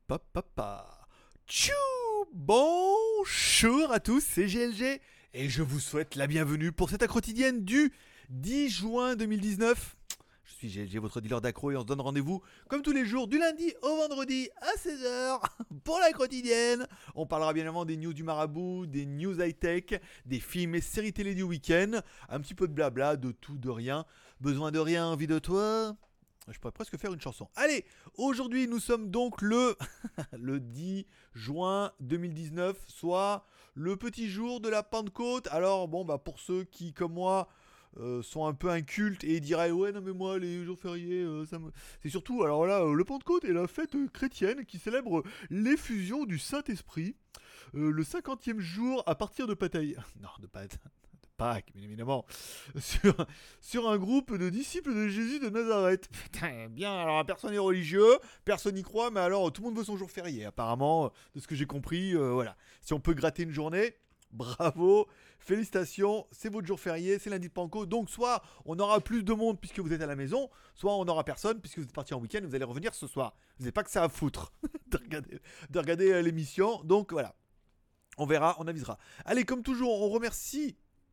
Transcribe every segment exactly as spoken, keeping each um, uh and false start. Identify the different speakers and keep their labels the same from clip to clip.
Speaker 1: pa, pa, pa. Tchou. Bonjour à tous, c'est G L G et je vous souhaite la bienvenue pour cette accro quotidienne du dix juin deux mille dix-neuf. Je suis G L G, votre dealer d'accro, et on se donne rendez-vous comme tous les jours du lundi au vendredi à seize heures pour la quotidienne. On parlera bien évidemment des news du marabout, des news high-tech, des films et séries télé du week-end, un petit peu de blabla, de tout, de rien. Besoin de rien, envie de toi. Je pourrais presque faire une chanson. Allez, aujourd'hui nous sommes donc le, le dix juin deux mille dix-neuf, soit le petit jour de la Pentecôte. Alors bon, bah pour ceux qui, comme moi, euh, sont un peu incultes et diraient ouais non mais moi les jours fériés, euh, ça me... c'est surtout alors là euh, le Pentecôte est la fête euh, chrétienne qui célèbre l'effusion du Saint-Esprit, euh, le cinquantième jour à partir de Pataï. Non, de Pataï. Pâques, bien évidemment, sur, sur un groupe de disciples de Jésus de Nazareth. Putain, bien, alors personne n'est religieux, personne n'y croit, mais alors tout le monde veut son jour férié, apparemment, de ce que j'ai compris, euh, voilà. Si on peut gratter une journée, bravo, félicitations, c'est votre jour férié, c'est lundi de Pentecôte, donc soit on aura plus de monde puisque vous êtes à la maison, soit on n'aura personne puisque vous êtes parti en week-end et vous allez revenir ce soir. Vous n'avez pas que ça à foutre de regarder, de regarder euh, l'émission, donc voilà. On verra, on avisera. Allez, comme toujours, on remercie...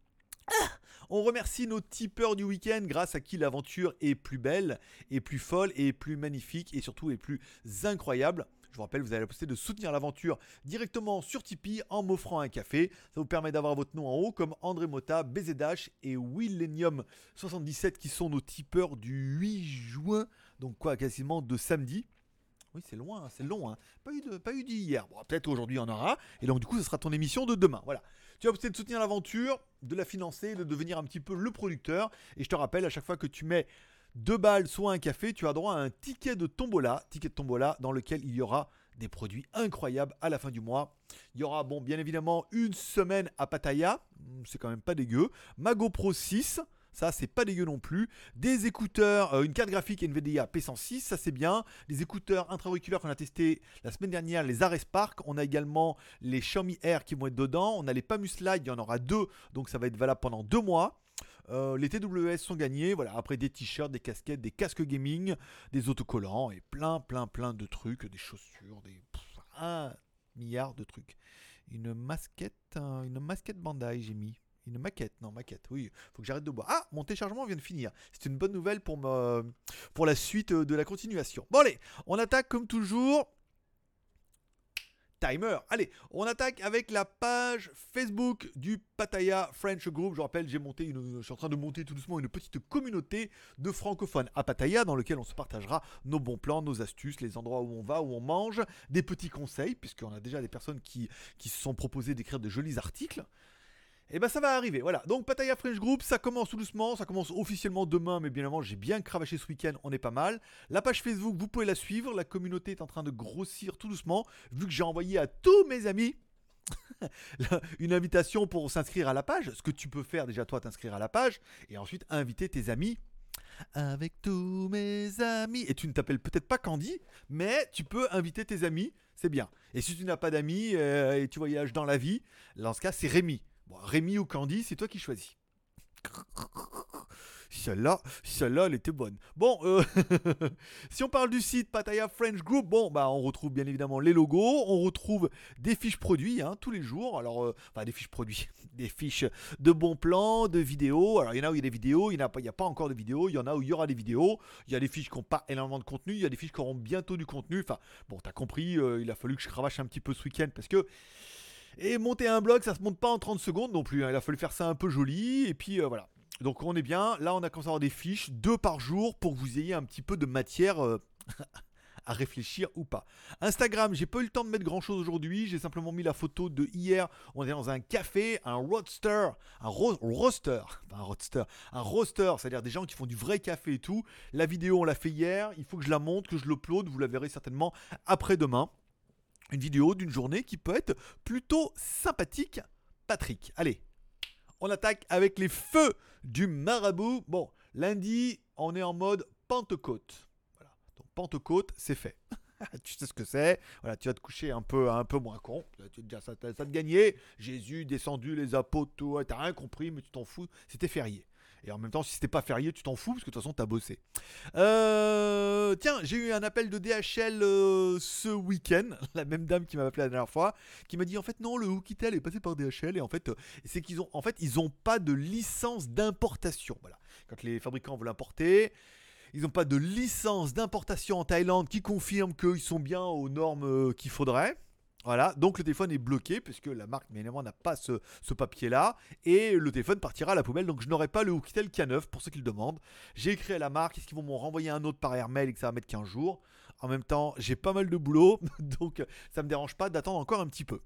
Speaker 1: Ah, on remercie nos tipeurs du week-end grâce à qui l'aventure est plus belle, et plus folle, et plus magnifique, et surtout est plus incroyable. Je vous rappelle, vous avez la possibilité de soutenir l'aventure directement sur Tipeee en m'offrant un café. Ça vous permet d'avoir votre nom en haut comme André Mota, B Z H et Willenium soixante-dix-sept qui sont nos tipeurs du huit juin. Donc quoi, quasiment de samedi. Oui, c'est loin, c'est long, hein. Pas eu de, pas eu d'hier. Bon, peut-être aujourd'hui il y en aura. Et donc du coup, ce sera ton émission de demain. Voilà. Tu vas peut-être de soutenir l'aventure, de la financer, de devenir un petit peu le producteur. Et je te rappelle, à chaque fois que tu mets deux balles, soit un café, tu as droit à un ticket de tombola, ticket de tombola dans lequel il y aura des produits incroyables à la fin du mois. Il y aura, bon, bien évidemment, une semaine à Pattaya. C'est quand même pas dégueu. Ma GoPro six. Ça, c'est pas dégueu non plus. Des écouteurs, euh, une carte graphique NVIDIA P cent six, ça c'est bien. Des écouteurs intra-auriculaires qu'on a testé la semaine dernière, les Ares Spark. On a également les Xiaomi Air qui vont être dedans. On a les Pamus Lite, il y en aura deux, donc ça va être valable pendant deux mois. Euh, les T W S sont gagnés. Voilà. Après des t-shirts, des casquettes, des casques gaming, des autocollants et plein, plein, plein de trucs, des chaussures, des pff, un milliard de trucs. Une masquette, euh, une masquette Bandai j'ai mis. Une maquette, non maquette, oui, faut que j'arrête de boire. Ah, mon téléchargement vient de finir. C'est une bonne nouvelle pour, me... pour la suite de la continuation. Bon allez, on attaque comme toujours. Timer. Allez, on attaque avec la page Facebook du Pattaya French Group. Je rappelle, j'ai monté une, je suis en train de monter tout doucement une petite communauté de francophones à Pattaya dans lequel on se partagera nos bons plans, nos astuces, les endroits où on va, où on mange, des petits conseils, puisqu'on a déjà des personnes qui, qui se sont proposées d'écrire de jolis articles. Et ben ça va arriver, voilà. Donc Pattaya French Group, ça commence tout doucement, ça commence officiellement demain, mais bien évidemment j'ai bien cravaché ce week-end, on est pas mal. La page Facebook, vous pouvez la suivre, la communauté est en train de grossir tout doucement, vu que j'ai envoyé à tous mes amis une invitation pour s'inscrire à la page, ce que tu peux faire déjà toi, t'inscrire à la page, et ensuite inviter tes amis. Avec tous mes amis. Et tu ne t'appelles peut-être pas Candy, mais tu peux inviter tes amis, c'est bien. Et si tu n'as pas d'amis euh, et tu voyages dans la vie, dans ce cas c'est Rémi. Bon, Rémi ou Candy, c'est toi qui choisis. Celle-là, celle-là, elle était bonne. Bon, euh, si on parle du site Pattaya French Group, bon, bah, on retrouve bien évidemment les logos, on retrouve des fiches produits, hein, tous les jours. Alors, euh, enfin, des fiches produits, des fiches de bons plans, de vidéos. Alors, il y en a où il y a des vidéos, il n'y a, a pas encore de vidéos, il y en a où il y aura des vidéos. Il y a des fiches qui n'ont pas énormément de contenu, il y a des fiches qui auront bientôt du contenu. Enfin, bon, t'as compris, euh, il a fallu que je cravache un petit peu ce week-end parce que. Et monter un blog, ça se monte pas en trente secondes non plus, hein. Il a fallu faire ça un peu joli, et puis euh, voilà. Donc on est bien, là on a commencé à avoir des fiches, deux par jour, pour que vous ayez un petit peu de matière euh, à réfléchir ou pas. Instagram, j'ai pas eu le temps de mettre grand chose aujourd'hui, j'ai simplement mis la photo de hier, on est dans un café, un roadster, un ro- roaster, pas un roadster, un roaster, c'est-à-dire des gens qui font du vrai café et tout. La vidéo on l'a fait hier, il faut que je la monte, que je l'upload, vous la verrez certainement après-demain. Une vidéo d'une journée qui peut être plutôt sympathique. Patrick, allez, on attaque avec les feux du marabout. Bon, lundi, on est en mode Pentecôte. Voilà, donc Pentecôte, c'est fait. Tu sais ce que c'est. Voilà, tu vas te coucher un peu, un peu moins con. Tu te dis, ça, ça, ça te gagnait. Jésus descendu, les apôtres, tout. T'as rien compris, mais tu t'en fous. C'était férié. Et en même temps, si c'était pas férié, tu t'en fous parce que de toute façon, t'as bossé. Euh, Euh, tiens, j'ai eu un appel de D H L euh, ce week-end, la même dame qui m'a appelé la dernière fois, qui m'a dit en fait non, le Oukitel est passé par D H L et en fait, euh, c'est qu'ils ont, en fait, ils ont pas de licence d'importation. Voilà, quand les fabricants veulent importer, ils n'ont pas de licence d'importation en Thaïlande qui confirme qu'ils sont bien aux normes euh, qu'il faudrait. Voilà, donc le téléphone est bloqué puisque la marque, bien évidemment, n'a pas ce, ce papier-là et le téléphone partira à la poubelle. Donc je n'aurai pas le Oukitel K neuf pour ceux qui le demandent. J'ai écrit à la marque, est-ce qu'ils vont m'en renvoyer un autre par airmail et que ça va mettre quinze jours. En même temps, j'ai pas mal de boulot, donc ça me dérange pas d'attendre encore un petit peu.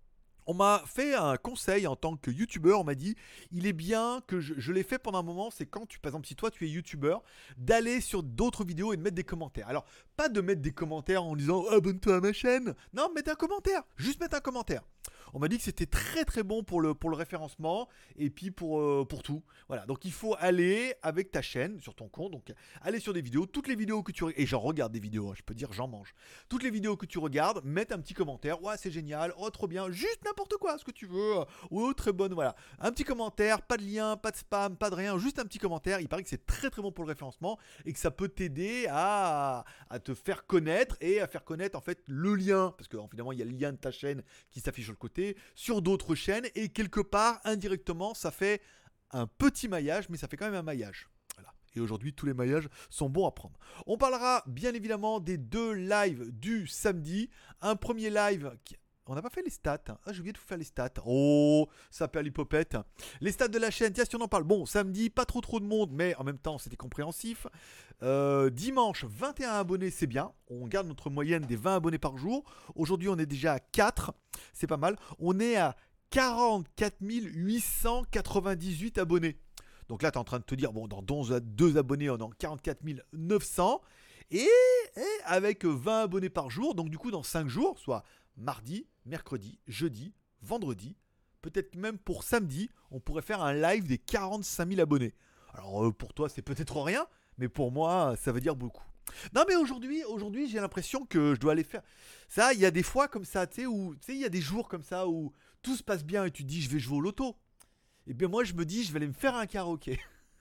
Speaker 1: On m'a fait un conseil en tant que youtubeur, on m'a dit il est bien que je, je l'ai fait pendant un moment, c'est quand tu, par exemple si toi tu es youtubeur, d'aller sur d'autres vidéos et de mettre des commentaires. Alors pas de mettre des commentaires en disant abonne-toi à ma chaîne, non, mettre un commentaire, juste mettre un commentaire. On m'a dit que c'était très très bon pour le, pour le référencement et puis pour, euh, pour tout. Voilà, donc il faut aller avec ta chaîne sur ton compte, donc aller sur des vidéos, toutes les vidéos que tu regardes, et j'en regarde des vidéos, hein, je peux dire j'en mange. Toutes les vidéos que tu regardes, mettre un petit commentaire, ouais c'est génial, oh trop bien, juste n'importe quoi, ce que tu veux, oh très bonne, voilà. Un petit commentaire, pas de lien, pas de spam, pas de rien, juste un petit commentaire, il paraît que c'est très très bon pour le référencement et que ça peut t'aider à, à te faire connaître et à faire connaître en fait le lien, parce que évidemment il y a le lien de ta chaîne qui s'affiche sur le côté, sur d'autres chaînes et quelque part indirectement ça fait un petit maillage mais ça fait quand même un maillage. Voilà. Et aujourd'hui tous les maillages sont bons à prendre. On parlera bien évidemment des deux lives du samedi. Un premier live qui... On n'a pas fait les stats. Ah, j'ai oublié de vous faire les stats. Oh, ça perd l'hypopète. Les stats de la chaîne, tiens, si on en parle. Bon, samedi, pas trop trop de monde, mais en même temps, c'était compréhensif. Euh, dimanche, vingt et un abonnés, c'est bien. On garde notre moyenne des vingt abonnés par jour. Aujourd'hui, on est déjà à quatre. C'est pas mal. On est à quarante-quatre mille huit cent quatre-vingt-dix-huit abonnés. Donc là, tu es en train de te dire, bon, dans deux abonnés, on est en quarante-quatre mille neuf cents. Et, et avec vingt abonnés par jour, donc du coup, dans cinq jours, soit mardi, mercredi, jeudi, vendredi, peut-être même pour samedi, on pourrait faire un live des quarante-cinq mille abonnés. Alors euh, pour toi c'est peut-être rien, mais pour moi ça veut dire beaucoup. Non mais aujourd'hui, aujourd'hui j'ai l'impression que je dois aller faire... Ça, il y a des fois comme ça, tu sais, où... Tu sais, il y a des jours comme ça où tout se passe bien et tu te dis je vais jouer au loto. Et bien moi je me dis je vais aller me faire un karaoké.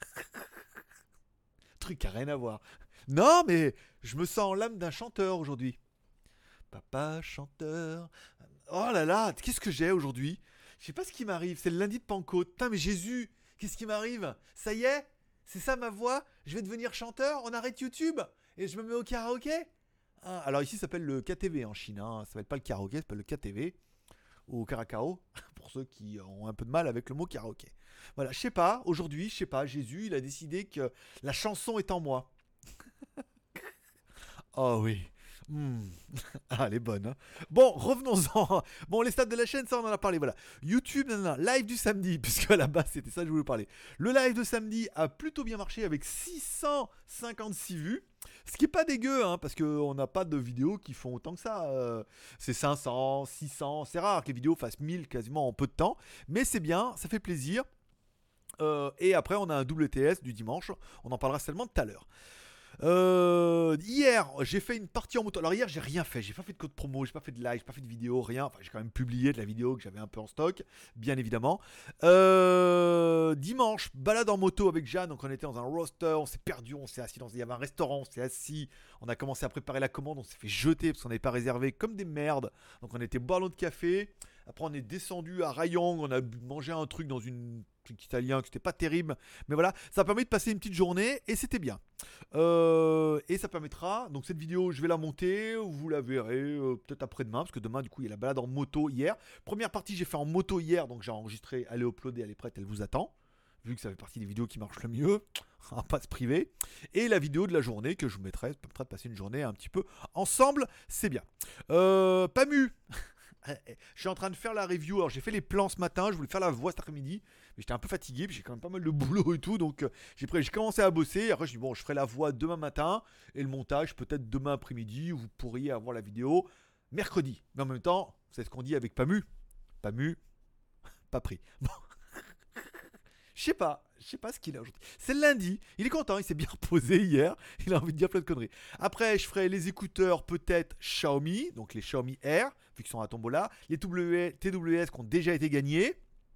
Speaker 1: Truc qui n'a rien à voir. Non mais je me sens en l'âme d'un chanteur aujourd'hui. Papa chanteur. Oh là là, qu'est-ce que j'ai aujourd'hui? Je sais pas ce qui m'arrive. C'est le lundi de Pentecôte. Putain, mais Jésus, qu'est-ce qui m'arrive? Ça y est? C'est ça ma voix? Je vais devenir chanteur? On arrête YouTube? Et je me mets au karaoké? Ah, alors ici, ça s'appelle le K T V en Chine. Hein. Ça s'appelle pas le karaoké, ça s'appelle le K T V. Ou Karakao, pour ceux qui ont un peu de mal avec le mot karaoké. Voilà, je sais pas. Aujourd'hui, je sais pas. Jésus, il a décidé que la chanson est en moi. Oh oui. Mmh. Ah, elle est bonne. Hein. Bon, revenons-en. Bon, les stats de la chaîne, ça on en a parlé. Voilà. YouTube, nanana, live du samedi, puisque à la base c'était ça que je voulais parler. Le live de samedi a plutôt bien marché avec six cent cinquante-six vues. Ce qui est pas dégueu, hein, parce qu'on n'a pas de vidéos qui font autant que ça. Euh, c'est cinq cents, six cents. C'est rare que les vidéos fassent mille quasiment en peu de temps. Mais c'est bien, ça fait plaisir. Euh, et après, on a un W T S du dimanche. On en parlera seulement tout à l'heure. Euh, hier, j'ai fait une partie en moto. Alors hier, j'ai rien fait. J'ai pas fait de code promo, j'ai pas fait de live, j'ai pas fait de vidéo, rien. Enfin, j'ai quand même publié de la vidéo que j'avais un peu en stock, bien évidemment. Euh, dimanche, balade en moto avec Jeanne. Donc on était dans un roster, on s'est perdu, on s'est assis dans. Il y avait un restaurant, on s'est assis. On a commencé à préparer la commande, on s'est fait jeter parce qu'on n'avait pas réservé, comme des merdes. Donc on était boire l'eau de café. Après, on est descendu à Rayong, on a mangé un truc dans une truc italien que c'était pas terrible, mais voilà, ça permet de passer une petite journée et c'était bien. Euh, et ça permettra, donc cette vidéo, je vais la monter, vous la verrez euh, peut-être après-demain, parce que demain, du coup, il y a la balade en moto hier. Première partie, j'ai fait en moto hier, donc j'ai enregistré, elle est uploadée, elle est prête, elle vous attend. Vu que ça fait partie des vidéos qui marchent le mieux, on va pas se priver. Et la vidéo de la journée que je vous mettrai, ça permettra de passer une journée un petit peu ensemble, c'est bien. Euh, Pamu. Je suis en train de faire la review. Alors j'ai fait les plans ce matin, je voulais faire la voix cet après-midi, mais j'étais un peu fatigué, puis j'ai quand même pas mal de boulot et tout, donc euh, j'ai, j'ai commencé à bosser. Après je dis bon, je ferai la voix demain matin et le montage peut-être demain après-midi. Vous pourriez avoir la vidéo mercredi. Mais en même temps, c'est ce qu'on dit avec Pamu. Pamu, pas pris. Bon. Je sais pas, je sais pas ce qu'il a aujourd'hui. C'est le lundi, il est content, il s'est bien reposé hier, il a envie de dire plein de conneries. Après, je ferai les écouteurs peut-être Xiaomi, donc les Xiaomi Air, vu qu'ils sont à tombola, les T W S qui ont déjà été gagnés.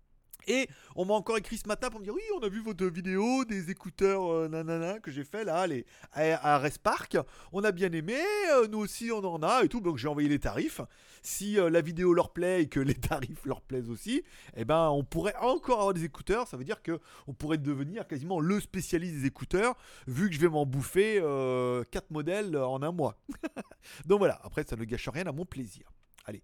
Speaker 1: Et on m'a encore écrit ce matin pour me dire oui, on a vu votre vidéo des écouteurs euh, nanana que j'ai fait là, les à R S Park. On a bien aimé, euh, nous aussi on en a et tout. Donc j'ai envoyé les tarifs. Si euh, la vidéo leur plaît et que les tarifs leur plaisent aussi, eh ben on pourrait encore avoir des écouteurs. Ça veut dire que on pourrait devenir quasiment le spécialiste des écouteurs, vu que je vais m'en bouffer euh, quatre modèles en un mois. Donc voilà. Après ça ne gâche rien à mon plaisir. Allez.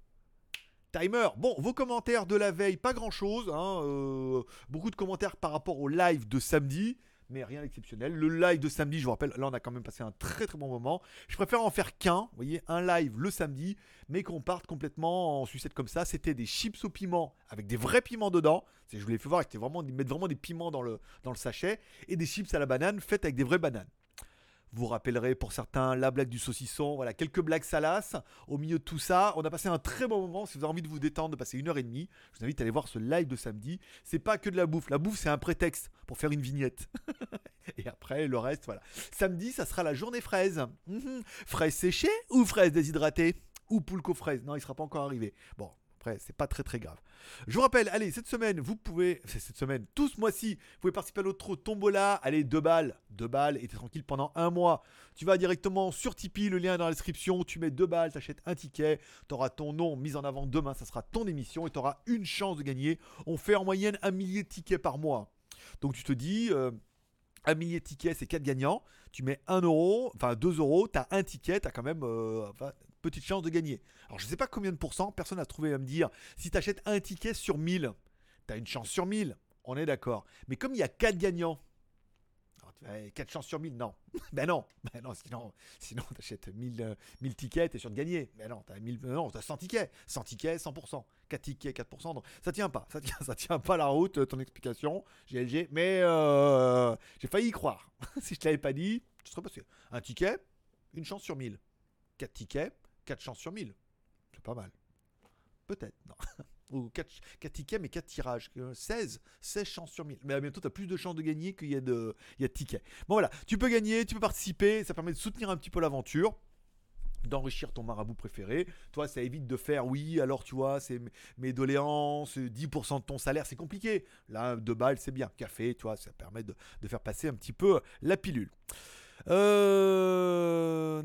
Speaker 1: Timer. Bon, vos commentaires de la veille, pas grand chose. Hein, euh, beaucoup de commentaires par rapport au live de samedi, mais rien d'exceptionnel. Le live de samedi, je vous rappelle, là on a quand même passé un très très bon moment. Je préfère en faire qu'un, vous voyez, un live le samedi, mais qu'on parte complètement en sucette comme ça. C'était des chips au piment avec des vrais piments dedans. C'est, je vous l'ai fait voir, c'était vraiment, ils mettent vraiment des piments dans le, dans le sachet, et des chips à la banane faites avec des vraies bananes. Vous rappellerez pour certains la blague du saucisson, voilà, quelques blagues salaces. Au milieu de tout ça, on a passé un très bon moment. Si vous avez envie de vous détendre, de passer une heure et demie, je vous invite à aller voir ce live de samedi. C'est pas que de la bouffe. La bouffe, c'est un prétexte pour faire une vignette. Et après, le reste, voilà. Samedi, ça sera la journée fraise. Mmh. Fraises séchées ou fraises déshydratées ou poulco fraise. Non, il sera pas encore arrivé. Bon. Après, c'est pas très très grave. Je vous rappelle, allez, cette semaine, vous pouvez, c'est cette semaine, tout ce mois-ci, vous pouvez participer à notre tombola. Allez, deux balles, deux balles, et t'es tranquille pendant un mois. Tu vas directement sur Tipeee, le lien est dans la description. Tu mets deux balles, t'achètes un ticket, t'auras ton nom mis en avant demain, ça sera ton émission et t'auras une chance de gagner. On fait en moyenne un millier de tickets par mois. Donc tu te dis. Euh, Un millier de tickets, c'est quatre gagnants. Tu mets un euro, enfin deux euros, tu as un ticket, tu as quand même euh, enfin, petite chance de gagner. Alors je sais pas combien de pourcents, personne n'a trouvé à me dire. Si tu achètes un ticket sur mille, tu as une chance sur mille. On est d'accord. Mais comme il y a quatre gagnants, quatre chances sur mille, non. Ben non, ben non, sinon, sinon tu achètes mille, euh, mille tickets, tu es sûr de gagner. Ben non, tu as mille, non, t'as cent tickets. cent tickets, cent pour cent. quatre tickets, quatre pour cent. Donc, ça tient pas, ça tient, ça tient pas la route, ton explication, G L G. Mais euh, j'ai failli y croire. Si je te l'avais pas dit, je serais passé. Un ticket, une chance sur mille. quatre tickets, quatre chances sur mille. C'est pas mal. Peut-être, non. Ou quatre, quatre tickets, mais quatre tirages. seize, seize chances sur mille. Mais à bientôt, tu as plus de chances de gagner qu'il y a de, il y a de tickets. Bon, voilà. Tu peux gagner, tu peux participer. Ça permet de soutenir un petit peu l'aventure. D'enrichir ton marabout préféré. Toi, ça évite de faire, oui, alors tu vois, c'est mes doléances, dix pour cent de ton salaire, c'est compliqué. Là, deux balles, c'est bien. Café, tu vois, ça permet de, de faire passer un petit peu la pilule. Euh...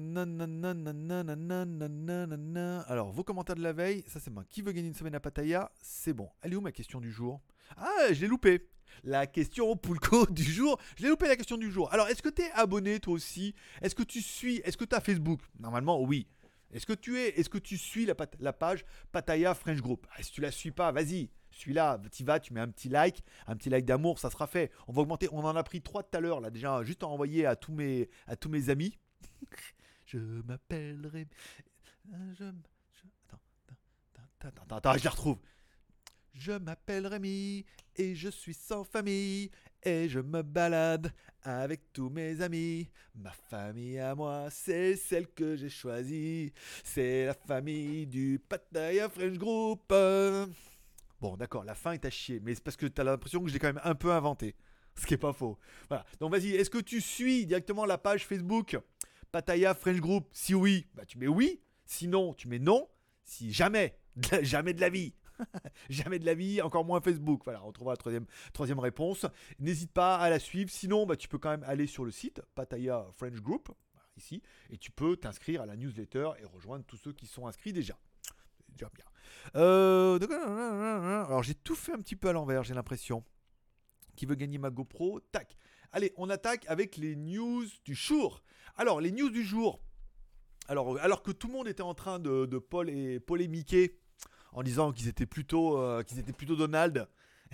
Speaker 1: Alors, vos commentaires de la veille, ça c'est moi. Qui veut gagner une semaine à Pattaya? C'est bon. Elle est où ma question du jour? Ah, je l'ai loupé. La question Poulco du jour. Je l'ai loupé la question du jour. Alors, est-ce que tu es abonné toi aussi? Est-ce que tu suis? Est-ce que tu as Facebook? Normalement, oui. Est-ce que tu es? Est-ce que tu suis la, la page Pattaya French Group? Ah, si tu la suis pas, vas-y. Celui-là, tu vas, tu mets un petit like, un petit like d'amour, ça sera fait. On va augmenter. On en a pris trois tout à l'heure, là, déjà, juste à envoyer à tous mes, à tous mes amis. Je m'appellerai. Je... je... Attends, attends, attends, attends, je la retrouve. Je m'appelle Rémi et je suis sans famille et je me balade avec tous mes amis. Ma famille à moi, c'est celle que j'ai choisie. C'est la famille du Pattaya French Group. Bon, d'accord, la fin est à chier, mais c'est parce que t'as l'impression que je l'ai quand même un peu inventé. Ce qui est pas faux. Voilà. Donc vas-y, est-ce que tu suis directement la page Facebook Pattaya French Group? Si oui, bah tu mets oui. Sinon, tu mets non. Si jamais, jamais de la vie. Jamais de la vie, encore moins Facebook. Voilà, on trouvera la troisième, troisième réponse. N'hésite pas à la suivre. Sinon, bah, tu peux quand même aller sur le site Pattaya French Group, voilà, ici, et tu peux t'inscrire à la newsletter et rejoindre tous ceux qui sont inscrits déjà. C'est déjà bien. Euh, donc, alors, j'ai tout fait un petit peu à l'envers, j'ai l'impression. Qui veut gagner ma GoPro? Tac. Allez, on attaque avec les news du jour. Alors, les news du jour. Alors, alors que tout le monde était en train de, de polé- polémiquer en disant qu'ils étaient plutôt, euh, qu'ils étaient plutôt Donald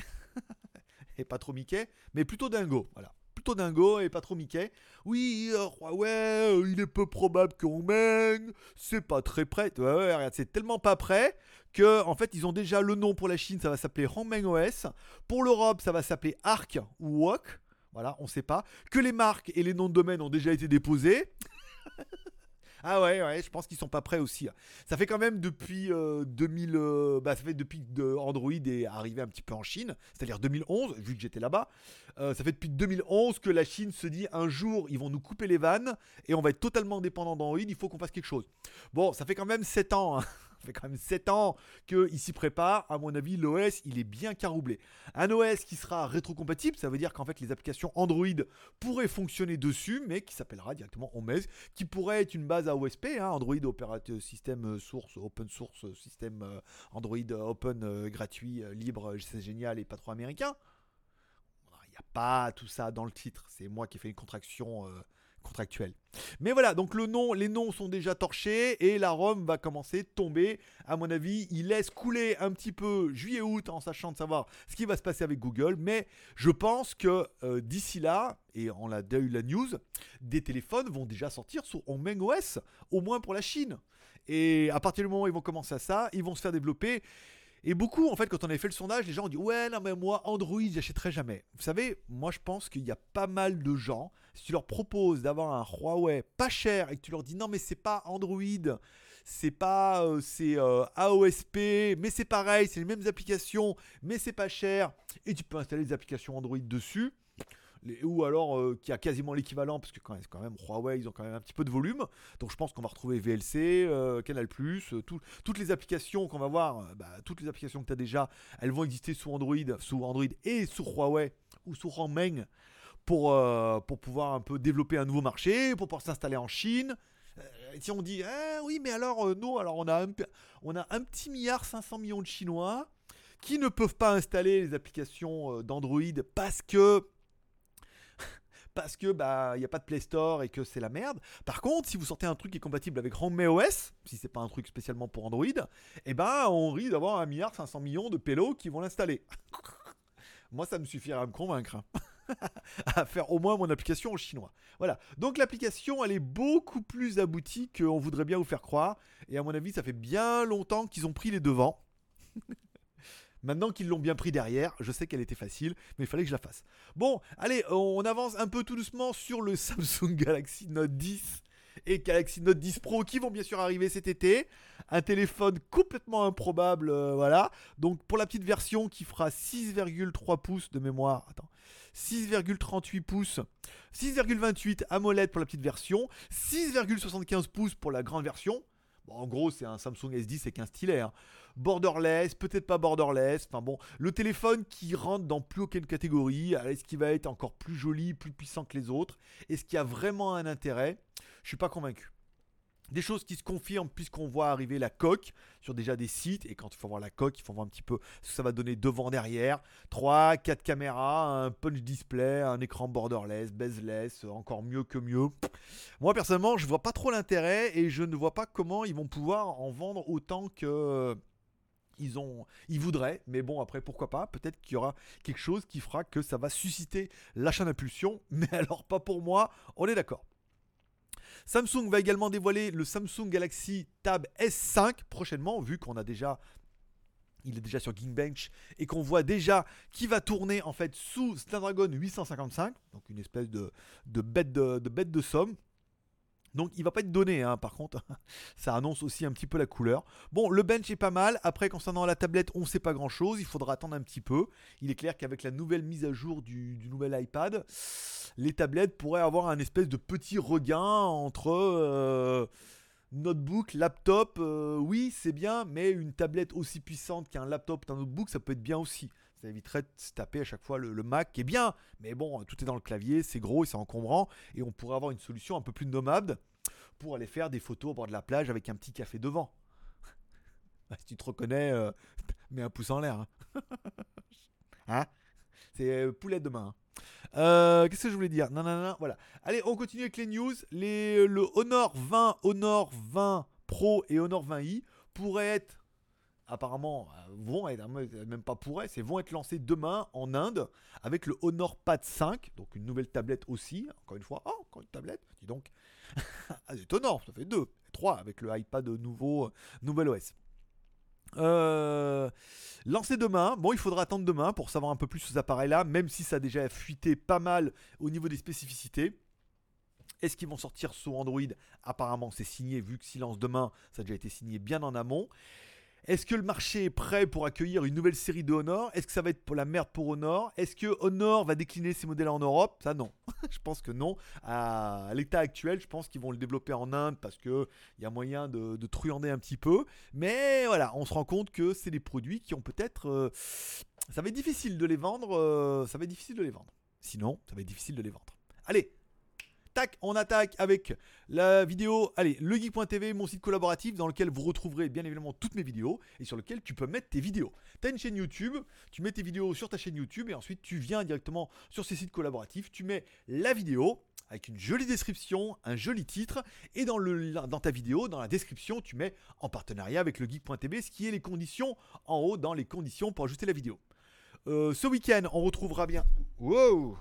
Speaker 1: et pas trop Mickey, mais plutôt Dingo, voilà. Plutôt Dingo et pas trop Mickey. Oui, euh, Huawei, euh, il est peu probable qu'on mène, c'est pas très prêt. Ouais, ouais, regarde, c'est tellement pas prêt que, en fait, ils ont déjà le nom pour la Chine, ça va s'appeler Hongmeng O S. Pour l'Europe, ça va s'appeler Arc ou Wok. Voilà, on sait pas. Que les marques et les noms de domaine ont déjà été déposés. Ah ouais, ouais, je pense qu'ils sont pas prêts aussi. Ça fait quand même depuis euh, deux mille, euh, bah ça fait depuis que Android est arrivé un petit peu en Chine, c'est-à-dire deux mille onze, vu que j'étais là-bas. Euh, ça fait depuis deux mille onze que la Chine se dit un jour ils vont nous couper les vannes et on va être totalement dépendant d'Android. Il faut qu'on fasse quelque chose. Bon, ça fait quand même sept ans. Hein. Ça fait quand même sept ans qu'il s'y prépare. À mon avis, l'O S, il est bien caroublé. Un O S qui sera rétrocompatible, ça veut dire qu'en fait, les applications Android pourraient fonctionner dessus, mais qui s'appellera directement O M E S, qui pourrait être une base à O S P, hein, Android Operating System Source, Open Source System euh, Android Open euh, gratuit, euh, libre, c'est génial et pas trop américain. Il n'y a pas tout ça dans le titre. C'est moi qui ai fait une contraction... Euh, contractuel. Mais voilà, donc le nom, les noms sont déjà torchés et la ROM va commencer à tomber. À mon avis, il laisse couler un petit peu juillet-août en sachant de savoir ce qui va se passer avec Google. Mais je pense que euh, d'ici là, et on a déjà eu la news, des téléphones vont déjà sortir sur Hongmeng O S, au moins pour la Chine. Et à partir du moment où ils vont commencer à ça, ils vont se faire développer. Et beaucoup, en fait, quand on avait fait le sondage, les gens ont dit « Ouais, non mais moi, Android, j'achèterai jamais. » Vous savez, moi je pense qu'il y a pas mal de gens, si tu leur proposes d'avoir un Huawei pas cher et que tu leur dis « Non mais c'est pas Android, c'est pas... Euh, c'est euh, A O S P, mais c'est pareil, c'est les mêmes applications, mais c'est pas cher. » Et tu peux installer des applications Android dessus. Les, ou alors euh, qui a quasiment l'équivalent, parce que quand même, quand même Huawei, ils ont quand même un petit peu de volume, donc je pense qu'on va retrouver V L C, euh, Canal+, euh, tout, toutes les applications qu'on va voir, euh, bah, toutes les applications que tu as déjà, elles vont exister sous Android, sous Android et sous Huawei ou sous Hongmeng pour, euh, pour pouvoir un peu développer un nouveau marché, pour pouvoir s'installer en Chine. Euh, si on dit eh, oui mais alors euh, non, alors on a un, on a un petit milliard cinq cents millions de Chinois qui ne peuvent pas installer les applications euh, d'Android parce que parce que bah il y a pas de Play Store et que c'est la merde. Par contre, si vous sortez un truc qui est compatible avec Hongmeng O S, si c'est pas un truc spécialement pour Android, eh ben on risque d'avoir un milliard cinq cents millions de pélos qui vont l'installer. Moi, ça me suffirait à me convaincre à faire au moins mon application en chinois. Voilà. Donc l'application, elle est beaucoup plus aboutie qu'on voudrait bien vous faire croire. Et à mon avis, ça fait bien longtemps qu'ils ont pris les devants. Maintenant qu'ils l'ont bien pris derrière, je sais qu'elle était facile, mais il fallait que je la fasse. Bon, allez, on avance un peu tout doucement sur le Samsung Galaxy Note dix et Galaxy Note dix Pro qui vont bien sûr arriver cet été. Un téléphone complètement improbable, euh, voilà. Donc pour la petite version qui fera six virgule trois pouces de mémoire, attends, six virgule trente-huit pouces, six virgule vingt-huit AMOLED pour la petite version, six virgule soixante-quinze pouces pour la grande version. Bon, en gros, c'est un Samsung S dix avec un stylet. Hein. Borderless, peut-être pas borderless. Enfin bon, le téléphone qui rentre dans plus aucune catégorie. Est-ce qu'il va être encore plus joli, plus puissant que les autres? Est-ce qu'il y a vraiment un intérêt? Je suis pas convaincu. Des choses qui se confirment puisqu'on voit arriver la coque sur déjà des sites. Et quand il faut voir la coque, il faut voir un petit peu ce que ça va donner devant, derrière. trois, quatre caméras, un punch display, un écran borderless, bezeless, encore mieux que mieux. Moi personnellement, je vois pas trop l'intérêt et je ne vois pas comment ils vont pouvoir en vendre autant que... Ils, ont, ils voudraient, mais bon après pourquoi pas, peut-être qu'il y aura quelque chose qui fera que ça va susciter l'achat d'impulsion, mais alors pas pour moi, on est d'accord. Samsung va également dévoiler le Samsung Galaxy Tab S cinq prochainement, vu qu'on a déjà, il est déjà sur Geekbench et qu'on voit déjà qu'il va tourner en fait sous Snapdragon huit cent cinquante-cinq, donc une espèce de, de, bête, de, de bête de somme. Donc il va pas être donné, hein, par contre, ça annonce aussi un petit peu la couleur. Bon, le bench est pas mal. Après, concernant la tablette, on ne sait pas grand chose. Il faudra attendre un petit peu. Il est clair qu'avec la nouvelle mise à jour du, du nouvel iPad, les tablettes pourraient avoir un espèce de petit regain entre euh, notebook, laptop. Euh, oui, c'est bien, mais une tablette aussi puissante qu'un laptop, qu'un notebook, ça peut être bien aussi. Ça éviterait de se taper à chaque fois le, le Mac qui est bien, mais bon, tout est dans le clavier, c'est gros et c'est encombrant, et on pourrait avoir une solution un peu plus nomade pour aller faire des photos au bord de la plage avec un petit café devant. Si tu te reconnais, euh, mets un pouce en l'air. Hein, hein, c'est euh, poulet demain. Hein. Euh, qu'est-ce que je voulais dire? Non, non, non, voilà. Allez, on continue avec les news. Les, le Honor vingt, Honor vingt Pro et Honor vingt i pourraient être apparemment vont être, même pas pourraient, c'est vont être lancés demain en Inde avec le Honor Pad cinq, donc une nouvelle tablette aussi, encore une fois, oh, encore une tablette, dis donc, ah, c'est étonnant, ça fait deux, trois avec le iPad nouveau, nouvel O S. Euh, lancé demain, bon il faudra attendre demain pour savoir un peu plus sur ces appareils là, même si ça a déjà fuité pas mal au niveau des spécificités. Est-ce qu'ils vont sortir sous Android? Apparemment c'est signé, vu que silence demain, ça a déjà été signé bien en amont. Est-ce que le marché est prêt pour accueillir une nouvelle série de Honor? Est-ce que ça va être pour la merde pour Honor? Est-ce que Honor va décliner ses modèles en Europe? Ça, non. Je pense que non. À l'état actuel, je pense qu'ils vont le développer en Inde parce qu'il y a moyen de, de truander un petit peu. Mais voilà, on se rend compte que c'est des produits qui ont peut-être... Euh, ça va être difficile de les vendre. Euh, ça va être difficile de les vendre. Sinon, ça va être difficile de les vendre. Allez, tac, on attaque avec la vidéo. Allez, legeek point t v, mon site collaboratif dans lequel vous retrouverez bien évidemment toutes mes vidéos et sur lequel tu peux mettre tes vidéos. Tu as une chaîne YouTube, tu mets tes vidéos sur ta chaîne YouTube et ensuite tu viens directement sur ces sites collaboratifs, tu mets la vidéo avec une jolie description, un joli titre et dans, le, dans ta vidéo, dans la description, tu mets en partenariat avec legeek point t v, ce qui est les conditions en haut dans les conditions pour ajuster la vidéo. Euh, ce week-end, on retrouvera bien... Wow!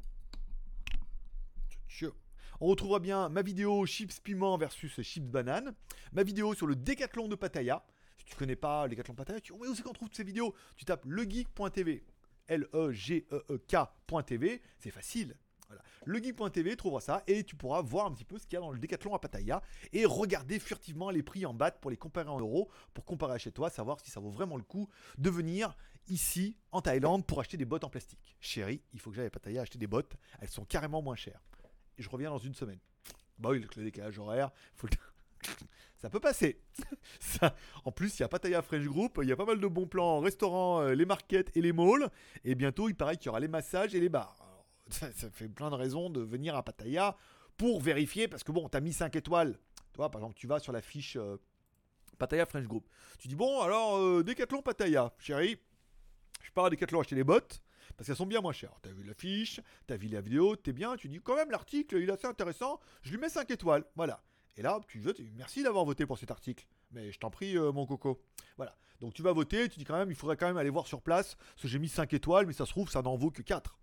Speaker 1: On retrouvera bien ma vidéo chips piment versus chips banane, ma vidéo sur le décathlon de Pattaya. Si tu connais pas le décathlon Pattaya, tu dis oh, mais où c'est qu'on trouve toutes ces vidéos? Tu tapes legeek point t v, L E G E E K.tv, c'est facile. Voilà. legeek point t v trouvera ça et tu pourras voir un petit peu ce qu'il y a dans le décathlon à Pattaya et regarder furtivement les prix en bahts pour les comparer en euros, pour comparer à chez toi, savoir si ça vaut vraiment le coup de venir ici en Thaïlande pour acheter des bottes en plastique. Chérie, il faut que j'aille à Pattaya acheter des bottes, elles sont carrément moins chères. Et je reviens dans une semaine. Bah oui, le décalage horaire, faut le... ça peut passer. Ça... En plus, il y a Pattaya French Group, il y a pas mal de bons plans en restaurant, euh, les markets et les malls. Et bientôt, il paraît qu'il y aura les massages et les bars. Alors, ça, ça fait plein de raisons de venir à Pattaya pour vérifier, parce que bon, t'as mis cinq étoiles. Toi, par exemple, tu vas sur la fiche euh, Pattaya French Group. Tu dis, bon, alors, euh, Décathlon Pattaya, chérie, je pars à Décathlon acheter des bottes. Parce qu'elles sont bien moins chères. T'as vu l'affiche, t'as vu la vidéo, t'es bien, tu dis quand même l'article, il est assez intéressant, je lui mets cinq étoiles. Voilà. Et là, tu veux, merci d'avoir voté pour cet article. Mais je t'en prie, euh, mon coco. Voilà. Donc tu vas voter, tu dis quand même, il faudrait quand même aller voir sur place, parce que j'ai mis cinq étoiles, mais ça se trouve, ça n'en vaut que quatre.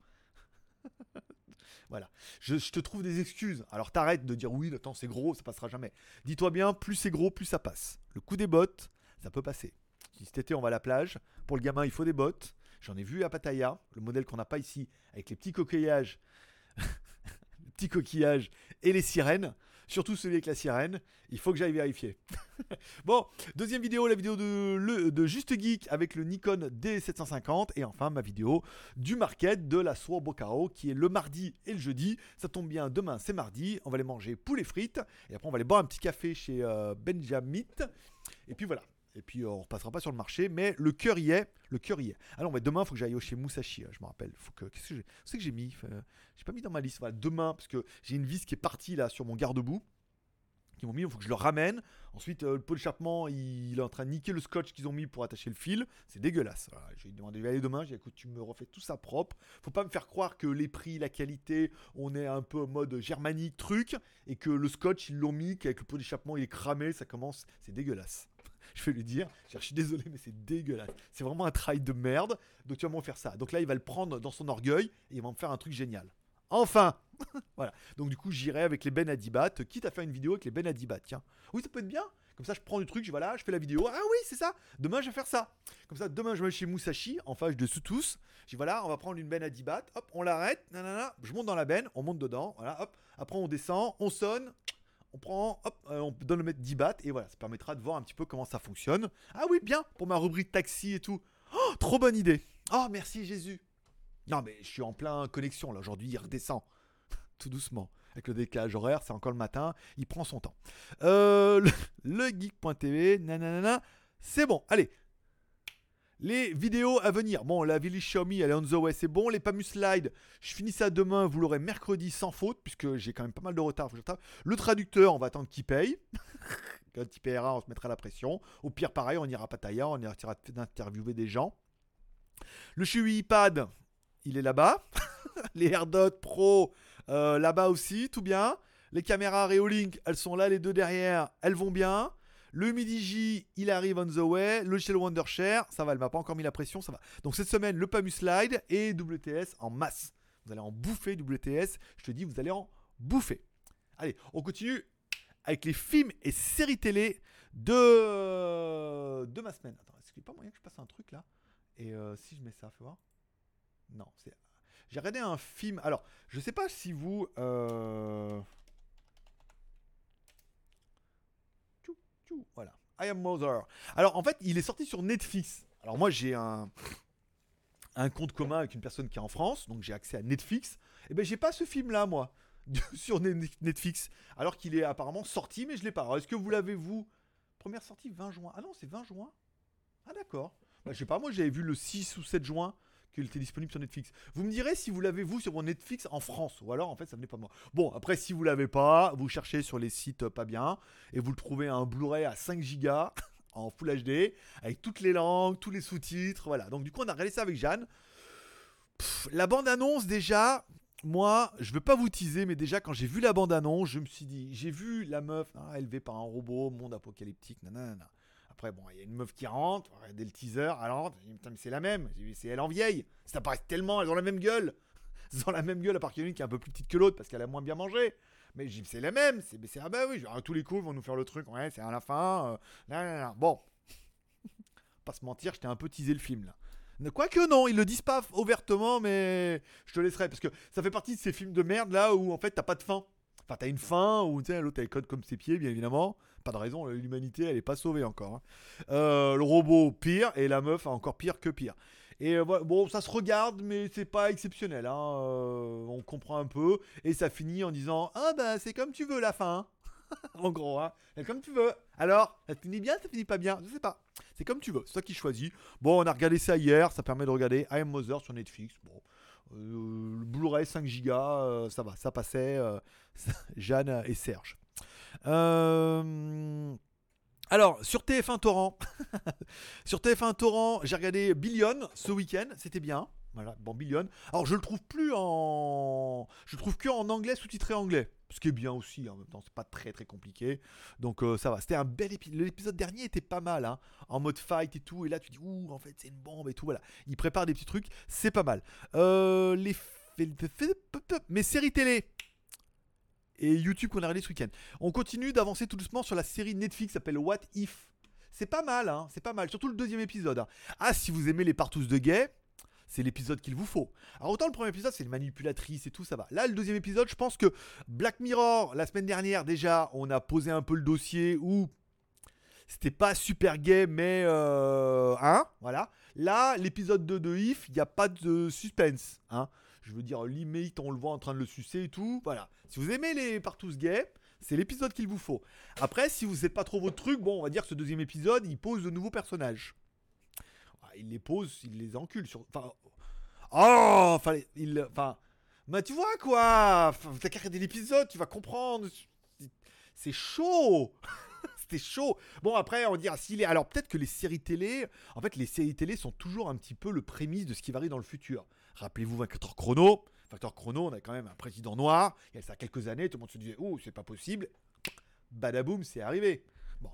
Speaker 1: Voilà. Je, je te trouve des excuses. Alors t'arrêtes de dire oui, attends, c'est gros, ça passera jamais. Dis-toi bien, plus c'est gros, plus ça passe. Le coup des bottes, ça peut passer. Si cet été on va à la plage, pour le gamin, il faut des bottes. J'en ai vu à Pattaya, le modèle qu'on n'a pas ici, avec les petits coquillages, les petits coquillages et les sirènes, surtout celui avec la sirène, il faut que j'aille vérifier. Bon, deuxième vidéo, la vidéo de, le, de Juste Geek avec le Nikon D sept cent cinquante, et enfin ma vidéo du market de la Sour Bocao qui est le mardi et le jeudi. Ça tombe bien, demain c'est mardi, on va aller manger poulet frites, et après on va aller boire un petit café chez euh, Benjamin, et puis voilà. Et puis euh, on repassera pas sur le marché, mais le cœur y est, le cœur y est. Alors bah, demain, il faut que j'aille chez Musashi, je me rappelle. Faut que, qu'est-ce que j'ai, c'est que j'ai mis, euh, j'ai pas mis dans ma liste. Voilà, demain, parce que j'ai une vis qui est partie là sur mon garde-boue, qui m'ont mis, il faut que je le ramène. Ensuite, euh, le pot d'échappement, il, il est en train de niquer le scotch qu'ils ont mis pour attacher le fil. C'est dégueulasse. Voilà, j'ai demandé d'aller demain. J'ai dit, écoute, tu me refais tout ça propre. Faut pas me faire croire que les prix, la qualité, on est un peu en mode germanique truc, et que le scotch ils l'ont mis, qu'avec le pot d'échappement il est cramé, ça commence, c'est dégueulasse. Je vais lui dire, je suis désolé, mais c'est dégueulasse. C'est vraiment un travail de merde. Donc tu vas m'en faire ça. Donc là, il va le prendre dans son orgueil et il va me faire un truc génial. Enfin. Voilà. Donc du coup, j'irai avec les Ben Adibat, quitte à faire une vidéo avec les Ben Adibat. Tiens. Oui, ça peut être bien. Comme ça, je prends du truc, je vais là, je fais la vidéo. Ah oui, c'est ça. Demain, je vais faire ça. Comme ça, demain, je vais chez Musashi, en face de Soutous. Je dis voilà, on va prendre une Ben Adibat. Hop, on l'arrête. Nanana. Je monte dans la benne, on monte dedans. Voilà, hop. Après, on descend, on sonne. On prend, hop, euh, on donne le mettre dix bahts et voilà, ça permettra de voir un petit peu comment ça fonctionne. Ah oui, bien, pour ma rubrique taxi et tout. Oh, trop bonne idée. Oh, merci Jésus. Non, mais je suis en plein connexion là, aujourd'hui, il redescend. Tout doucement. Avec le décalage horaire, c'est encore le matin, il prend son temps. Euh, le, le geek point t v, nanana, c'est bon, allez. Les vidéos à venir. Bon, la Village Xiaomi, elle est on the way, c'est bon. Les Pamu Slide, je finis ça demain. Vous l'aurez mercredi sans faute, puisque j'ai quand même pas mal de retard. Le traducteur, on va attendre qu'il paye. Quand il paiera, on se mettra la pression. Au pire, pareil, on ira à Pattaya, on ira d'interviewer des gens. Le Shui iPad, il est là-bas. Les AirDots Pro, euh, là-bas aussi, tout bien. Les caméras Reolink, elles sont là, les deux derrière, elles vont bien. Le Midigi, il arrive on the way. Le Logiciel Wondershare, ça va, elle m'a pas encore mis la pression, ça va. Donc cette semaine, le Pamu Slide et W T S en masse. Vous allez en bouffer W T S, je te dis, vous allez en bouffer. Allez, on continue avec les films et séries télé de, de ma semaine. Attends, est-ce qu'il n'y a pas moyen que je passe un truc là? Et euh, si je mets ça, fais voir. Non, c'est... J'ai regardé un film. Alors, je sais pas si vous... Euh... Voilà. I Am Mother. Alors en fait, il est sorti sur Netflix. Alors moi j'ai un un compte commun avec une personne qui est en France, donc j'ai accès à Netflix. Et ben j'ai pas ce film là moi sur Netflix, alors qu'il est apparemment sorti, mais je l'ai pas. Alors est-ce que vous l'avez vous? Première sortie vingt juin. Ah non, c'est vingt juin. Ah d'accord. Bah, je sais pas, moi j'avais vu le six ou sept juin qu'il était disponible sur Netflix. Vous me direz si vous l'avez vous sur mon Netflix en France, ou alors en fait ça venait pas de moi. Bon, après si vous l'avez pas, vous cherchez sur les sites pas bien et vous le trouvez un Blu-ray à cinq gigas en Full H D avec toutes les langues, tous les sous-titres, voilà. Donc du coup on a regardé ça avec Jeanne. Pff, la bande-annonce déjà, moi je veux pas vous teaser, mais déjà quand j'ai vu la bande-annonce, je me suis dit, j'ai vu la meuf ah, élevée par un robot, monde apocalyptique, nanana. Après, bon, il y a une meuf qui rentre, regardez le teaser, elle rentre, j'ai dit, putain, mais c'est la même, j'ai dit, c'est elle en vieille. Ça paraît tellement, elles ont la même gueule. Elles ont la même gueule, à part qu'il y en a une qui est un peu plus petite que l'autre parce qu'elle a moins bien mangé. Mais j'ai dit, c'est la même, c'est, c'est ah bah oui, à tous les coups, ils vont nous faire le truc, ouais, c'est à la fin. Euh, là, là, là. Bon, pas se mentir, j'étais un peu teasé le film là. Quoique non, ils le disent pas ouvertement, mais je te laisserai parce que ça fait partie de ces films de merde là où en fait t'as pas de fin. Enfin, t'as une fin où tu sais, l'autre elle code comme ses pieds, bien évidemment. Pas de raison, l'humanité elle est pas sauvée encore. Hein. Euh, le robot pire et la meuf encore pire que pire. Et euh, bon, ça se regarde, mais c'est pas exceptionnel. Hein. Euh, on comprend un peu et ça finit en disant ah bah c'est comme tu veux la fin. En gros, hein. C'est comme tu veux. Alors, ça finit bien, ça finit pas bien, je sais pas. C'est comme tu veux, c'est toi qui choisis. Bon, on a regardé ça hier, ça permet de regarder I Am Mother sur Netflix. Bon, euh, le Blu-ray cinq gigas, euh, ça va, ça passait. Euh, Jeanne et Serge. Euh... Alors, sur T F un Torrent, sur T F un Torrent, j'ai regardé Billion ce week-end, c'était bien. Voilà, bon, Billion. Alors, je le trouve plus en. Je le trouve que en anglais, sous-titré anglais. Ce qui est bien aussi, en même temps, c'est pas très très compliqué. Donc, euh, ça va. C'était un bel épisode. L'épisode dernier était pas mal, hein, en mode fight et tout. Et là, tu dis, ouh, en fait, c'est une bombe et tout. Voilà. Il prépare des petits trucs, c'est pas mal. Euh, les. Mes séries télé. Et YouTube qu'on a regardé ce week-end. On continue d'avancer tout doucement sur la série Netflix qui s'appelle What If. C'est pas mal, hein, c'est pas mal. Surtout le deuxième épisode. Hein. Ah, si vous aimez les partous de gays, c'est l'épisode qu'il vous faut. Alors autant le premier épisode, c'est une manipulatrice et tout, ça va. Là, le deuxième épisode, je pense que Black Mirror, la semaine dernière, déjà, on a posé un peu le dossier où c'était pas super gay, mais... Euh, hein, voilà. Là, l'épisode deux de If, il n'y a pas de suspense, hein. Je veux dire, limite, on le voit en train de le sucer et tout. Voilà. Si vous aimez les partous gays, c'est l'épisode qu'il vous faut. Après, si vous n'êtes pas trop votre truc, bon, on va dire que ce deuxième épisode, il pose de nouveaux personnages. Il les pose, il les encule. Sur... Enfin, oh, enfin, il, enfin, bah tu vois quoi. Enfin, t'as qu'à regarder l'épisode, tu vas comprendre. C'est chaud. C'était chaud. Bon, après, on dira s'il est. Alors, peut-être que les séries télé, en fait, les séries télé sont toujours un petit peu le prémisse de ce qui va arriver dans le futur. Rappelez-vous vingt-quatre heures chrono. vingt-quatre heures chrono, on a quand même un président noir. Il y a ça quelques années, tout le monde se disait, oh, c'est pas possible. Badaboum, c'est arrivé. Bon.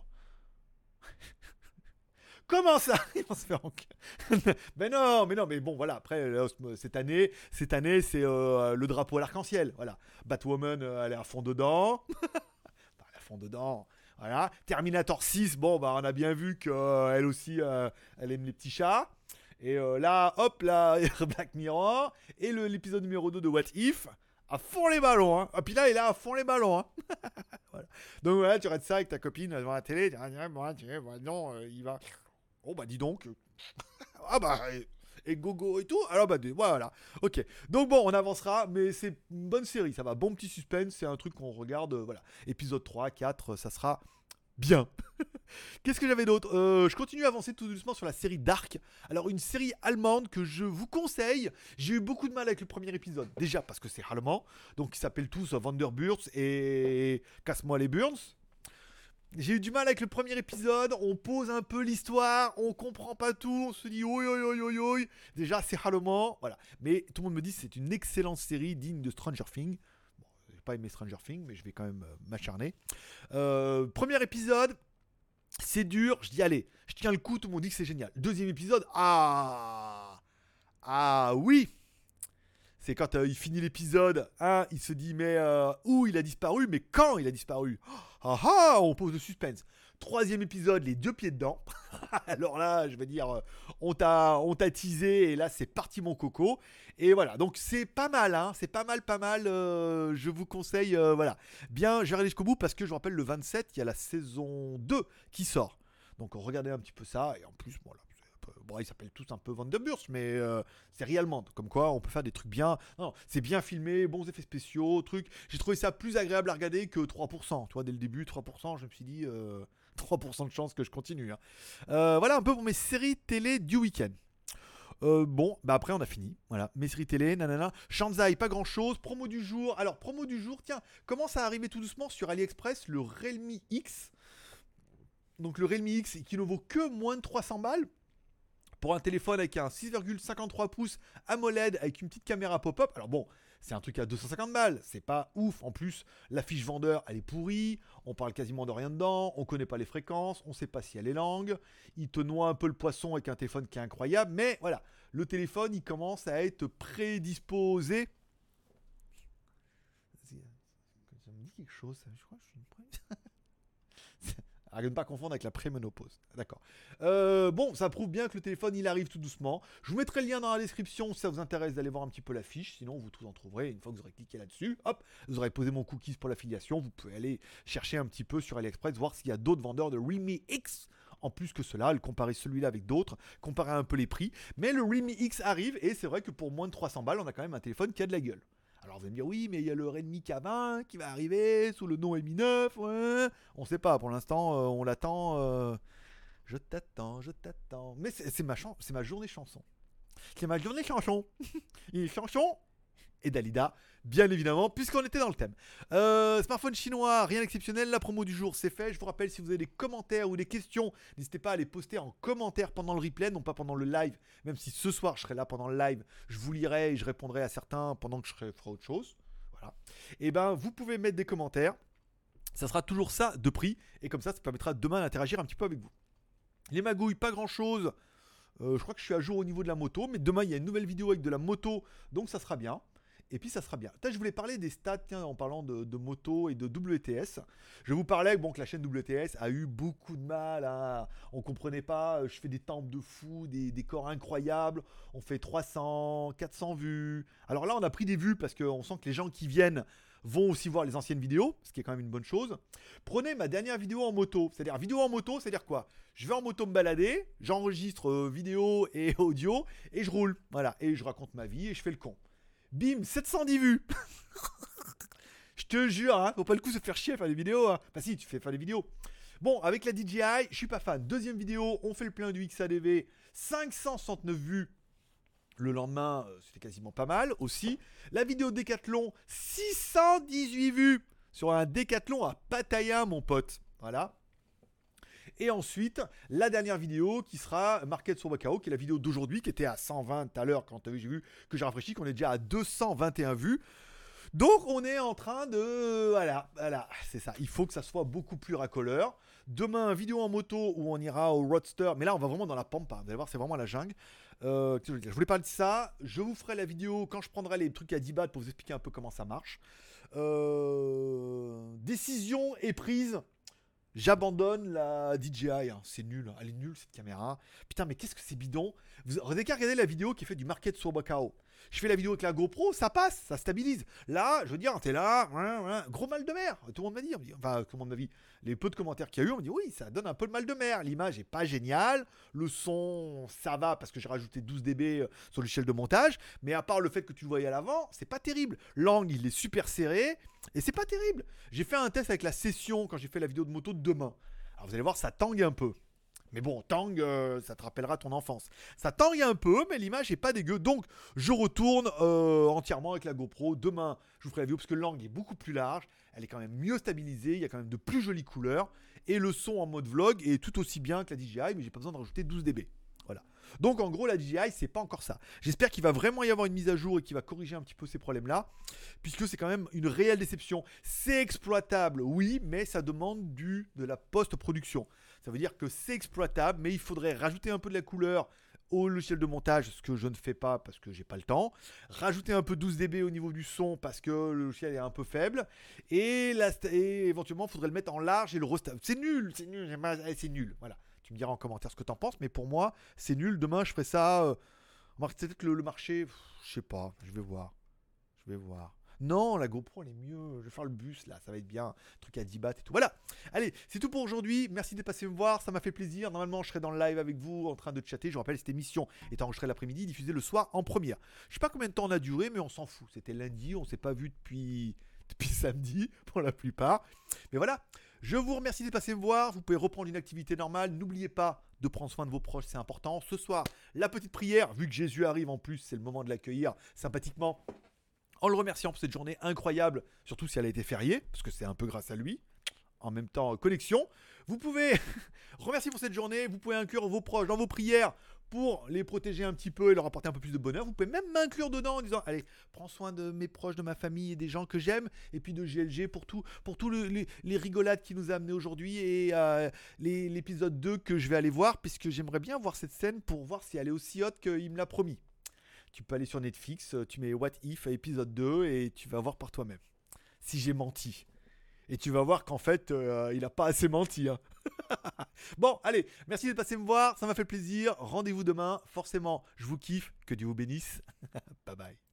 Speaker 1: Comment ça? On se fait en... Mais non, mais non, mais bon, voilà. Après, cette année, cette année, c'est euh, le drapeau à l'arc-en-ciel. Voilà. Batwoman, euh, elle est à fond dedans. Enfin, elle est à fond dedans. Voilà. Terminator six, bon, bah, on a bien vu qu'elle euh, aussi, euh, elle aime les petits chats. Et euh, là, hop, là, Black Mirror. Et le, l'épisode numéro deux de What If. À fond les ballons, hein. Et puis là, il est là à fond les ballons, hein. Voilà. Donc voilà, tu regardes ça avec ta copine devant la télé. Tu dis, bon, tu dis, bon, non, euh, il va. Oh bah dis donc. Ah bah. Et, et gogo et tout. Alors bah voilà. Ok. Donc bon, on avancera, mais c'est une bonne série. Ça va. Bon petit suspense. C'est un truc qu'on regarde. Euh, voilà. Épisode trois, quatre, ça sera bien. Qu'est-ce que j'avais d'autre? euh, Je continue à avancer tout doucement sur la série Dark. Alors une série allemande que je vous conseille. J'ai eu beaucoup de mal avec le premier épisode. Déjà parce que c'est allemand. Donc ils s'appellent tous Vanderburst et Casse-moi les Burns. J'ai eu du mal avec le premier épisode, on pose un peu l'histoire, on comprend pas tout, on se dit oi oi oi oi oi. Déjà c'est allemand, voilà. Mais tout le monde me dit que c'est une excellente série digne de Stranger Things. Bon, j'ai pas aimé Stranger Things, mais je vais quand même euh, m'acharner. Euh, premier épisode, c'est dur, je dis allez, je tiens le coup, tout le monde dit que c'est génial. Deuxième épisode, ah ah oui. C'est quand euh, il finit l'épisode, hein, il se dit mais euh, où il a disparu, mais quand il a disparu. Oh, Ah ah, on pose le suspense. Troisième épisode, les deux pieds dedans. Alors là, je veux dire, on t'a, on t'a teasé et là, c'est parti mon coco. Et voilà, donc c'est pas mal, hein, c'est pas mal, pas mal. Euh, je vous conseille, euh, voilà. Bien, j'ai regardé jusqu'au bout parce que je vous rappelle, le vingt-sept, il y a la saison deux qui sort. Donc regardez un petit peu ça et en plus, voilà. Bon, ils s'appellent tous un peu Vandenburst, mais euh, c'est réellement comme quoi on peut faire des trucs bien. Non, c'est bien filmé, bons effets spéciaux, trucs. J'ai trouvé ça plus agréable à regarder que trois pour cent. Tu vois, dès le début, trois pour cent, je me suis dit euh, trois pour cent de chance que je continue. Hein. Euh, voilà un peu pour mes séries télé du week-end. Euh, bon, bah après on a fini. Voilà, mes séries télé, nanana. Shanzai, pas grand chose. Promo du jour. Alors, promo du jour, tiens, commence à arriver tout doucement sur AliExpress le Realme X. Donc, le Realme X qui ne vaut que moins de trois cents balles. Pour un téléphone avec un six virgule cinquante-trois pouces AMOLED avec une petite caméra pop-up. Alors bon, c'est un truc à deux cent cinquante balles, c'est pas ouf. En plus, la fiche vendeur, elle est pourrie. On parle quasiment de rien dedans. On connaît pas les fréquences. On sait pas si elle est langue. Il te noie un peu le poisson avec un téléphone qui est incroyable. Mais voilà, le téléphone, il commence à être prédisposé. Ça me dit quelque chose, ça. Je crois que je suis une pré... À ne pas confondre avec la préménopause. D'accord. Euh, bon, ça prouve bien que le téléphone, il arrive tout doucement. Je vous mettrai le lien dans la description si ça vous intéresse d'aller voir un petit peu la fiche. Sinon, vous tout en trouverez une fois que vous aurez cliqué là-dessus. Hop, vous aurez posé mon cookies pour l'affiliation. Vous pouvez aller chercher un petit peu sur AliExpress, voir s'il y a d'autres vendeurs de Realme X. En plus que cela, le comparer celui-là avec d'autres, comparer un peu les prix. Mais le Realme X arrive et c'est vrai que pour moins de trois cents balles, on a quand même un téléphone qui a de la gueule. Alors vous allez me dire, oui, mais il y a le Redmi K vingt qui va arriver sous le nom Mi neuf. Ouais. On ne sait pas, pour l'instant, euh, on l'attend. Euh... Je t'attends, je t'attends. Mais c'est, c'est, ma chan- c'est ma journée chanson. C'est ma journée chanson. Et chanson et Dalida, bien évidemment, puisqu'on était dans le thème. Euh, smartphone chinois, rien d'exceptionnel. La promo du jour, c'est fait. Je vous rappelle, si vous avez des commentaires ou des questions, n'hésitez pas à les poster en commentaire pendant le replay, non pas pendant le live. Même si ce soir, je serai là pendant le live, je vous lirai et je répondrai à certains pendant que je ferai autre chose. Voilà. Et ben, vous pouvez mettre des commentaires. Ça sera toujours ça de prix. Et comme ça, ça permettra demain d'interagir un petit peu avec vous. Les magouilles, pas grand chose. Euh, je crois que je suis à jour au niveau de la moto. Mais demain, il y a une nouvelle vidéo avec de la moto. Donc, ça sera bien. Et puis ça sera bien. Là, je voulais parler des stats, tiens, en parlant de, de moto et de W T S. Je vous parlais bon, que la chaîne W T S a eu beaucoup de mal. Hein. On ne comprenait pas. Je fais des tempes de fou, des, des corps incroyables. On fait trois cents, quatre cents vues. Alors là, on a pris des vues parce qu'on sent que les gens qui viennent vont aussi voir les anciennes vidéos, ce qui est quand même une bonne chose. Prenez ma dernière vidéo en moto. C'est-à-dire, vidéo en moto, c'est-à-dire quoi? Je vais en moto me balader, j'enregistre euh, vidéo et audio et je roule. Voilà. Et je raconte ma vie et je fais le con. Bim, sept cent dix vues. Je te jure, hein, faut pas le coup se faire chier à faire des vidéos. Hein. Enfin si, tu fais faire des vidéos. Bon, avec la D J I, je suis pas fan. Deuxième vidéo, on fait le plein du X A D V. cinq cent soixante-neuf vues. Le lendemain, euh, c'était quasiment pas mal aussi. La vidéo Décathlon, six cent dix-huit vues. Sur un Décathlon à Pattaya, mon pote. Voilà. Et ensuite, la dernière vidéo qui sera Market sur Macao, qui est la vidéo d'aujourd'hui, qui était à cent vingt tout à l'heure quand j'ai vu que j'ai rafraîchi, qu'on est déjà à deux cent vingt et un vues. Donc on est en train de... Voilà, voilà, c'est ça. Il faut que ça soit beaucoup plus racoleur. Demain, vidéo en moto où on ira au Roadster. Mais là, on va vraiment dans la pampa. Vous allez voir, c'est vraiment la jungle. Euh, je voulais parler de ça. Je vous ferai la vidéo quand je prendrai les trucs à dix bahts pour vous expliquer un peu comment ça marche. Euh, décision est prise. J'abandonne la D J I, hein. C'est nul, elle est nulle cette caméra. Putain, mais qu'est-ce que c'est bidon. Vous avez qu'à regarder la vidéo qui est faite du Market sur Macao. Je fais la vidéo avec la GoPro, ça passe, ça stabilise. Là, je veux dire, t'es là, ouais, ouais, gros mal de mer. Tout le monde m'a dit, enfin, tout le monde m'a dit, les peu de commentaires qu'il y a eu, on me dit oui, ça donne un peu de mal de mer. L'image est pas géniale, le son, ça va parce que j'ai rajouté douze décibels sur l'échelle de montage, mais à part le fait que tu le voyais à l'avant, c'est pas terrible. L'angle, il est super serré et c'est pas terrible. J'ai fait un test avec la session quand j'ai fait la vidéo de moto de demain. Alors vous allez voir, ça tangue un peu. Mais bon, tangue, euh, ça te rappellera ton enfance. Ça tangue un peu, mais l'image est pas dégueu. Donc, je retourne euh, entièrement avec la GoPro. Demain, je vous ferai la vidéo parce que l'angle est beaucoup plus large. Elle est quand même mieux stabilisée. Il y a quand même de plus jolies couleurs. Et le son en mode vlog est tout aussi bien que la D J I, mais j'ai pas besoin de rajouter douze décibels. Voilà. Donc, en gros, la D J I, c'est pas encore ça. J'espère qu'il va vraiment y avoir une mise à jour et qu'il va corriger un petit peu ces problèmes-là, puisque c'est quand même une réelle déception. C'est exploitable, oui, mais ça demande du, de la post-production. Ça veut dire que c'est exploitable, mais il faudrait rajouter un peu de la couleur au logiciel de montage, ce que je ne fais pas parce que j'ai pas le temps. Rajouter un peu douze décibels au niveau du son parce que le logiciel est un peu faible. Et, la, et éventuellement, il faudrait le mettre en large et le resta. C'est nul, c'est nul, c'est nul. Voilà. Tu me diras en commentaire ce que tu en penses, mais pour moi, c'est nul. Demain, je ferai ça. Euh, peut-être le, le marché, pff, je sais pas, je vais voir. Je vais voir. Non, la GoPro elle est mieux. Je vais faire le bus là, ça va être bien. Truc à dix bahts et tout. Voilà. Allez, c'est tout pour aujourd'hui. Merci d'être passé me voir, ça m'a fait plaisir. Normalement, je serai dans le live avec vous en train de chatter. Je vous rappelle, cette émission est enregistrée l'après-midi, diffusée le soir en première. Je sais pas combien de temps on a duré, mais on s'en fout. C'était lundi, on s'est pas vu depuis depuis samedi pour la plupart. Mais voilà. Je vous remercie d'être passé me voir. Vous pouvez reprendre une activité normale. N'oubliez pas de prendre soin de vos proches, c'est important. Ce soir, la petite prière, vu que Jésus arrive en plus, c'est le moment de l'accueillir sympathiquement. En le remerciant pour cette journée incroyable, surtout si elle a été fériée, parce que c'est un peu grâce à lui. En même temps, connexion. Vous pouvez remercier pour cette journée, vous pouvez inclure vos proches dans vos prières pour les protéger un petit peu et leur apporter un peu plus de bonheur. Vous pouvez même m'inclure dedans en disant, allez, prends soin de mes proches, de ma famille et des gens que j'aime, et puis de G L G pour tout, pour tout le, les, les rigolades qui nous a amenés aujourd'hui et euh, les, l'épisode deux que je vais aller voir, puisque j'aimerais bien voir cette scène pour voir si elle est aussi haute qu'il me l'a promis. Tu peux aller sur Netflix, tu mets What If épisode deux et tu vas voir par toi-même si j'ai menti. Et tu vas voir qu'en fait, euh, il n'a pas assez menti. Hein. Bon, allez, merci d'être passé me voir, ça m'a fait plaisir. Rendez-vous demain, forcément, je vous kiffe, que Dieu vous bénisse. Bye bye.